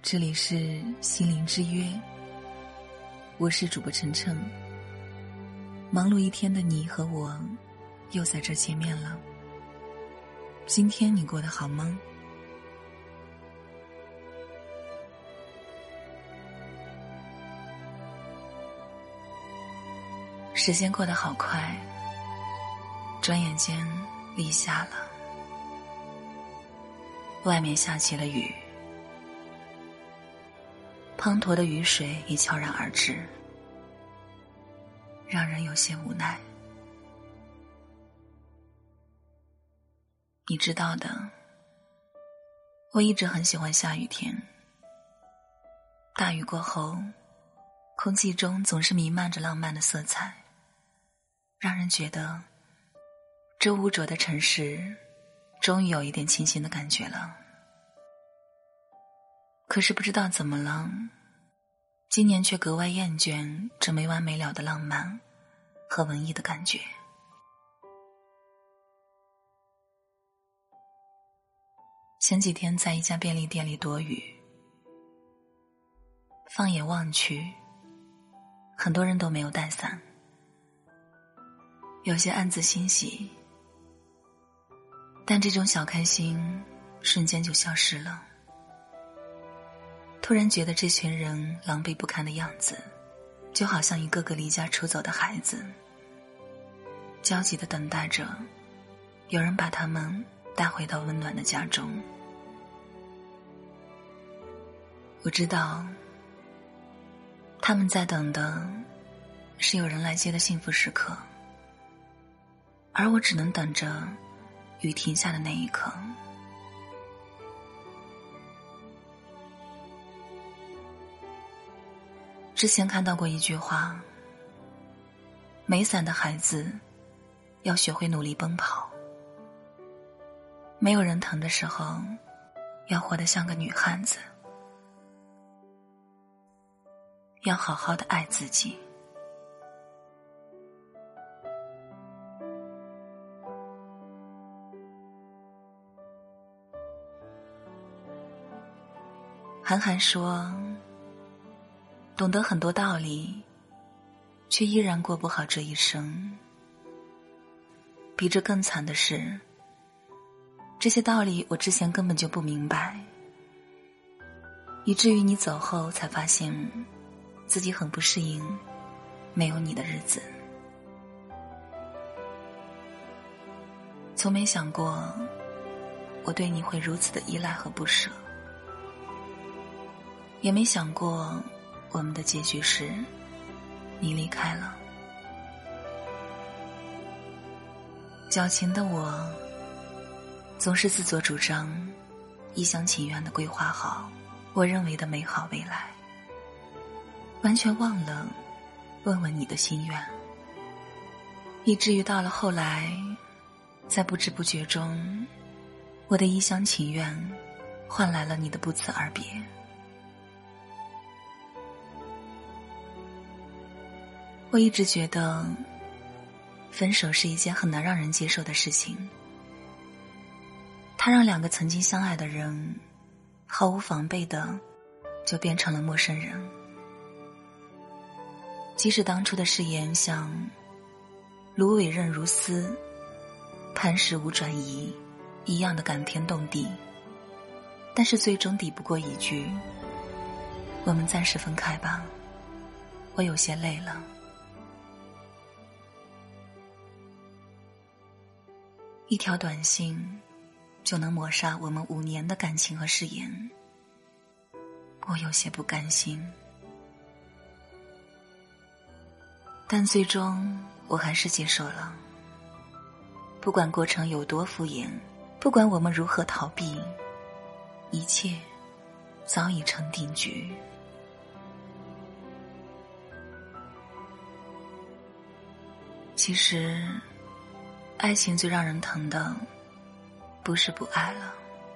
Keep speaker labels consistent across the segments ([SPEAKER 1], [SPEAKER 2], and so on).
[SPEAKER 1] 这里是心灵之约，我是主播晨晨。忙碌一天的你和我又在这见面了。今天你过得好吗？时间过得好快，转眼间立夏了。外面下起了雨，滂沱的雨水也悄然而至，让人有些无奈。你知道的，我一直很喜欢下雨天。大雨过后，空气中总是弥漫着浪漫的色彩，让人觉得这污浊的城市终于有一点清新的感觉了。可是不知道怎么了，今年却格外厌倦这没完没了的浪漫和文艺的感觉。前几天在一家便利店里躲雨，放眼望去，很多人都没有带伞，有些暗自欣喜，但这种小开心瞬间就消失了。突然觉得这群人狼狈不堪的样子，就好像一个个离家出走的孩子，焦急地等待着有人把他们带回到温暖的家中。我知道他们在等的是有人来接的幸福时刻，而我只能等着雨停下的那一刻。之前看到过一句话，没伞的孩子要学会努力奔跑，没有人疼的时候要活得像个女汉子，要好好的爱自己。韩寒说，懂得很多道理，却依然过不好这一生。比这更惨的是，这些道理我之前根本就不明白，以至于你走后才发现自己很不适应没有你的日子。从没想过我对你会如此的依赖和不舍，也没想过我们的结局是你离开了。矫情的我总是自作主张，一厢情愿地规划好我认为的美好未来，完全忘了问问你的心愿，以至于到了后来，在不知不觉中，我的一厢情愿换来了你的不辞而别。我一直觉得分手是一件很难让人接受的事情，它让两个曾经相爱的人毫无防备的就变成了陌生人。即使当初的誓言像芦苇韧如丝，磐石无转移一样的感天动地，但是最终抵不过一句我们暂时分开吧，我有些累了。一条短信就能抹杀我们5年的感情和誓言，我有些不甘心。但最终我还是接受了，不管过程有多敷衍，不管我们如何逃避，一切早已成定局。其实爱情最让人疼的不是不爱了，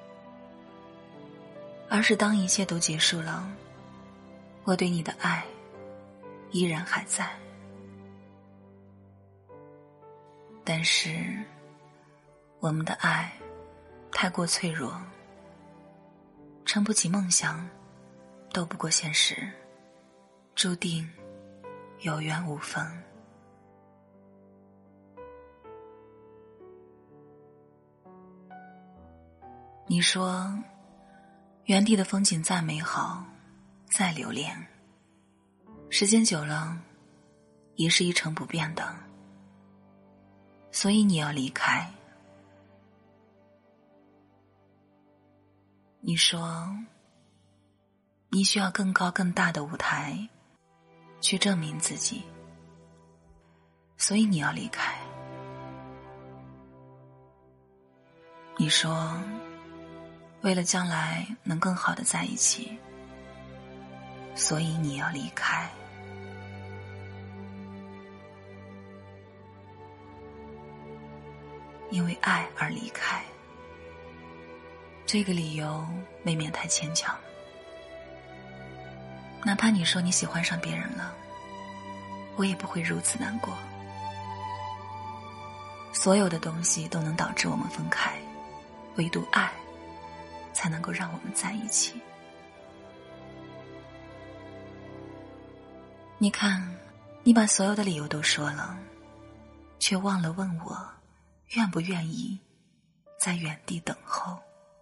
[SPEAKER 1] 而是当一切都结束了，我对你的爱依然还在。但是我们的爱太过脆弱，撑不起梦想， 斗不过现实，注定有缘无分。你说原地的风景再美好，再留恋，时间久了也是一成不变的，所以你要离开。你说你需要更高更大的舞台去证明自己，所以你要离开。你说为了将来能更好的在一起，所以你要离开。因为爱而离开，这个理由未免太牵强。哪怕你说你喜欢上别人了，我也不会如此难过。所有的东西都能导致我们分开，唯独爱才能够让我们在一起。你看，你把所有的理由都说了，却忘了问我愿不愿意在原地等候。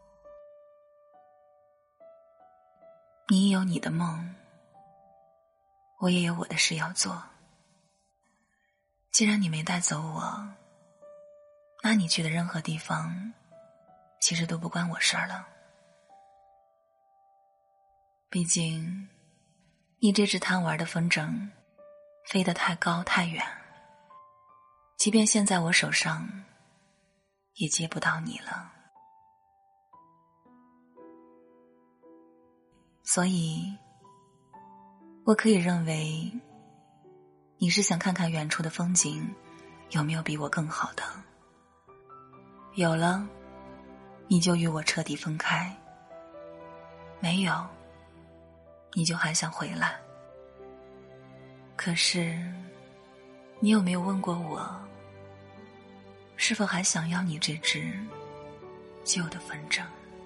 [SPEAKER 1] 你有你的梦，我也有我的事要做。既然你没带走我，那你去的任何地方其实都不关我事儿了。毕竟你这只贪玩的风筝飞得太高太远，即便现在我手上也接不到你了。所以我可以认为你是想看看远处的风景有没有比我更好的，有了你就与我彻底分开，没有你就还想回来。可是你有没有问过我，是否还想要你这只旧的风筝？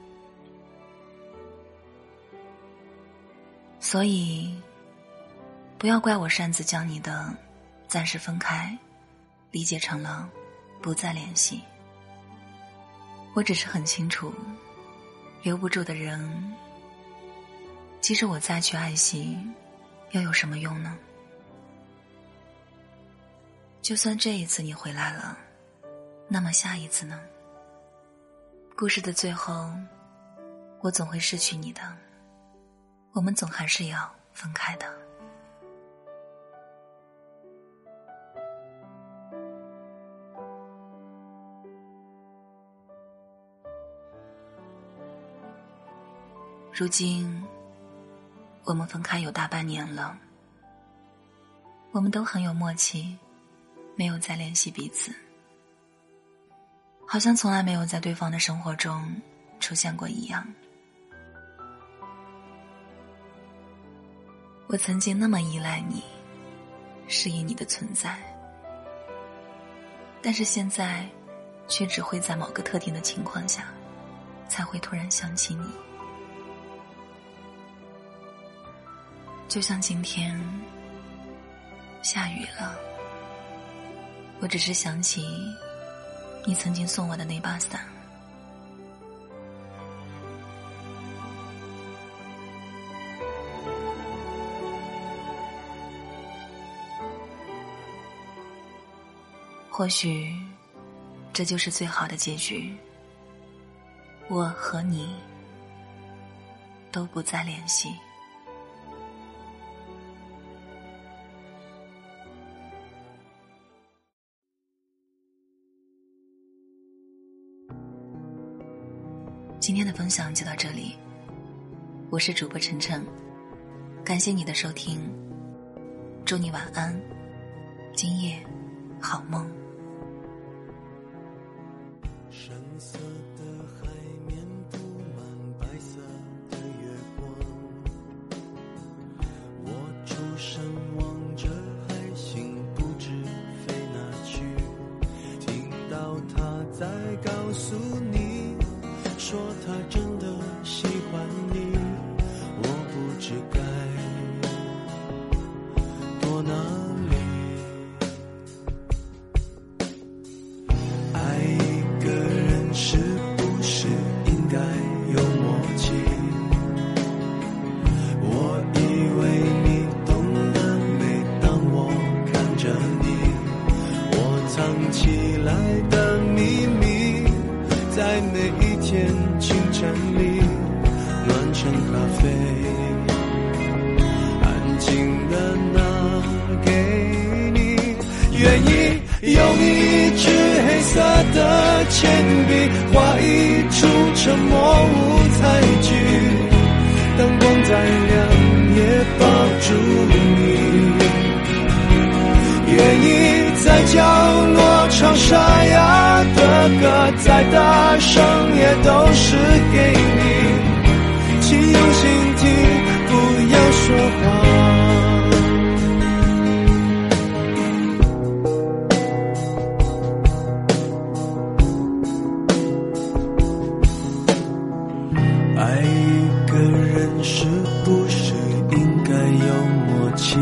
[SPEAKER 1] 所以不要怪我擅自将你的暂时分开理解成了不再联系。我只是很清楚，留不住的人，即使我再去爱惜，又有什么用呢？就算这一次你回来了，那么下一次呢？故事的最后，我总会失去你的，我们总还是要分开的。如今我们分开有大半年了，我们都很有默契，没有再联系彼此，好像从来没有在对方的生活中出现过一样。我曾经那么依赖你，适应你的存在，但是现在却只会在某个特定的情况下才会突然想起你。就像今天下雨了，我只是想起你曾经送我的那把伞。或许这就是最好的结局，我和你都不再联系。今天的分享就到这里，我是主播晨晨，感谢你的收听，祝你晚安，今夜好梦。
[SPEAKER 2] 深色的海面布满白色的月光，我出神望着海星不知飞哪去，听到他在告诉你说他真的喜欢你，我不知的秘密，在每一天清晨里暖成咖啡，安静的拿给你。愿意用一支黑色的铅笔，画一出沉默舞台剧，灯光再亮也抱住你。愿意在角落唱沙哑的歌，再大声也都是给你，请用心听，不要说话。爱一个人是不是应该有默契？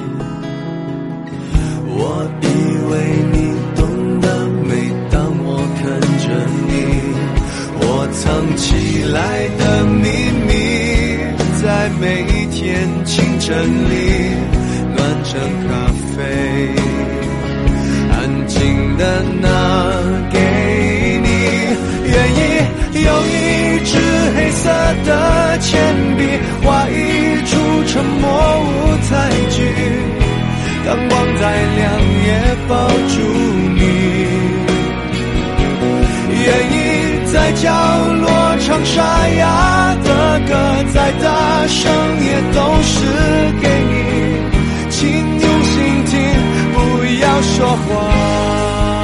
[SPEAKER 2] 我以为你懂得，每当我看着你，我藏起来的秘密，在每一天清晨里暖成咖啡，安静的拿给你。愿意用一支黑色的铅笔，画一出沉默舞台剧，灯光再亮也抱住你。愿意在角落唱沙哑的歌，再大声也都是给你，请用心听，不要说话。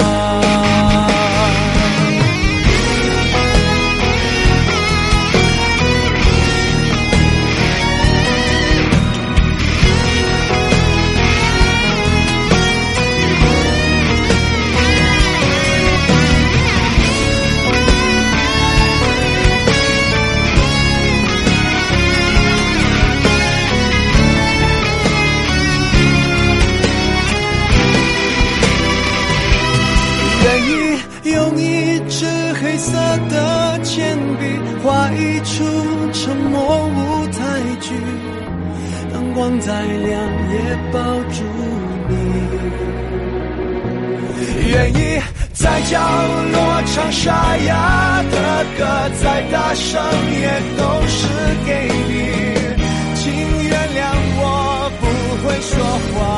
[SPEAKER 2] 画一出沉默舞台剧，灯光再亮也抱住你。愿意在角落唱沙哑的歌，再大声也都是给你，请原谅我不会说话。